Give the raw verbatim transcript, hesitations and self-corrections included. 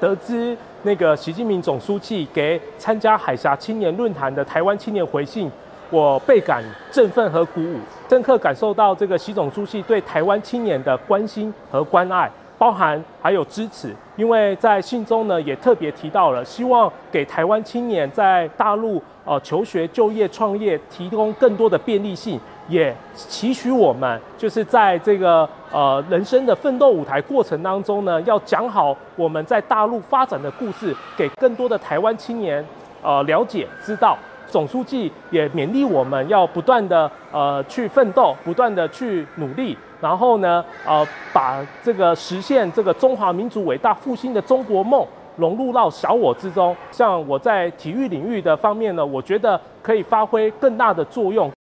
得知那个习近平总书记给参加海峡青年论坛的台湾青年回信，我倍感振奋和鼓舞，深刻感受到这个习总书记对台湾青年的关心和关爱，包含还有支持。因为在信中呢，也特别提到了，希望给台湾青年在大陆呃求学、就业、创业提供更多的便利性，也期许我们就是在这个呃人生的奋斗舞台过程当中呢，要讲好我们在大陆发展的故事，给更多的台湾青年呃了解知道。总书记也勉励我们要不断的呃去奋斗，不断的去努力，然后呢呃把这个实现这个中华民族伟大复兴的中国梦融入到小我之中。像我在体育领域的方面呢，我觉得可以发挥更大的作用。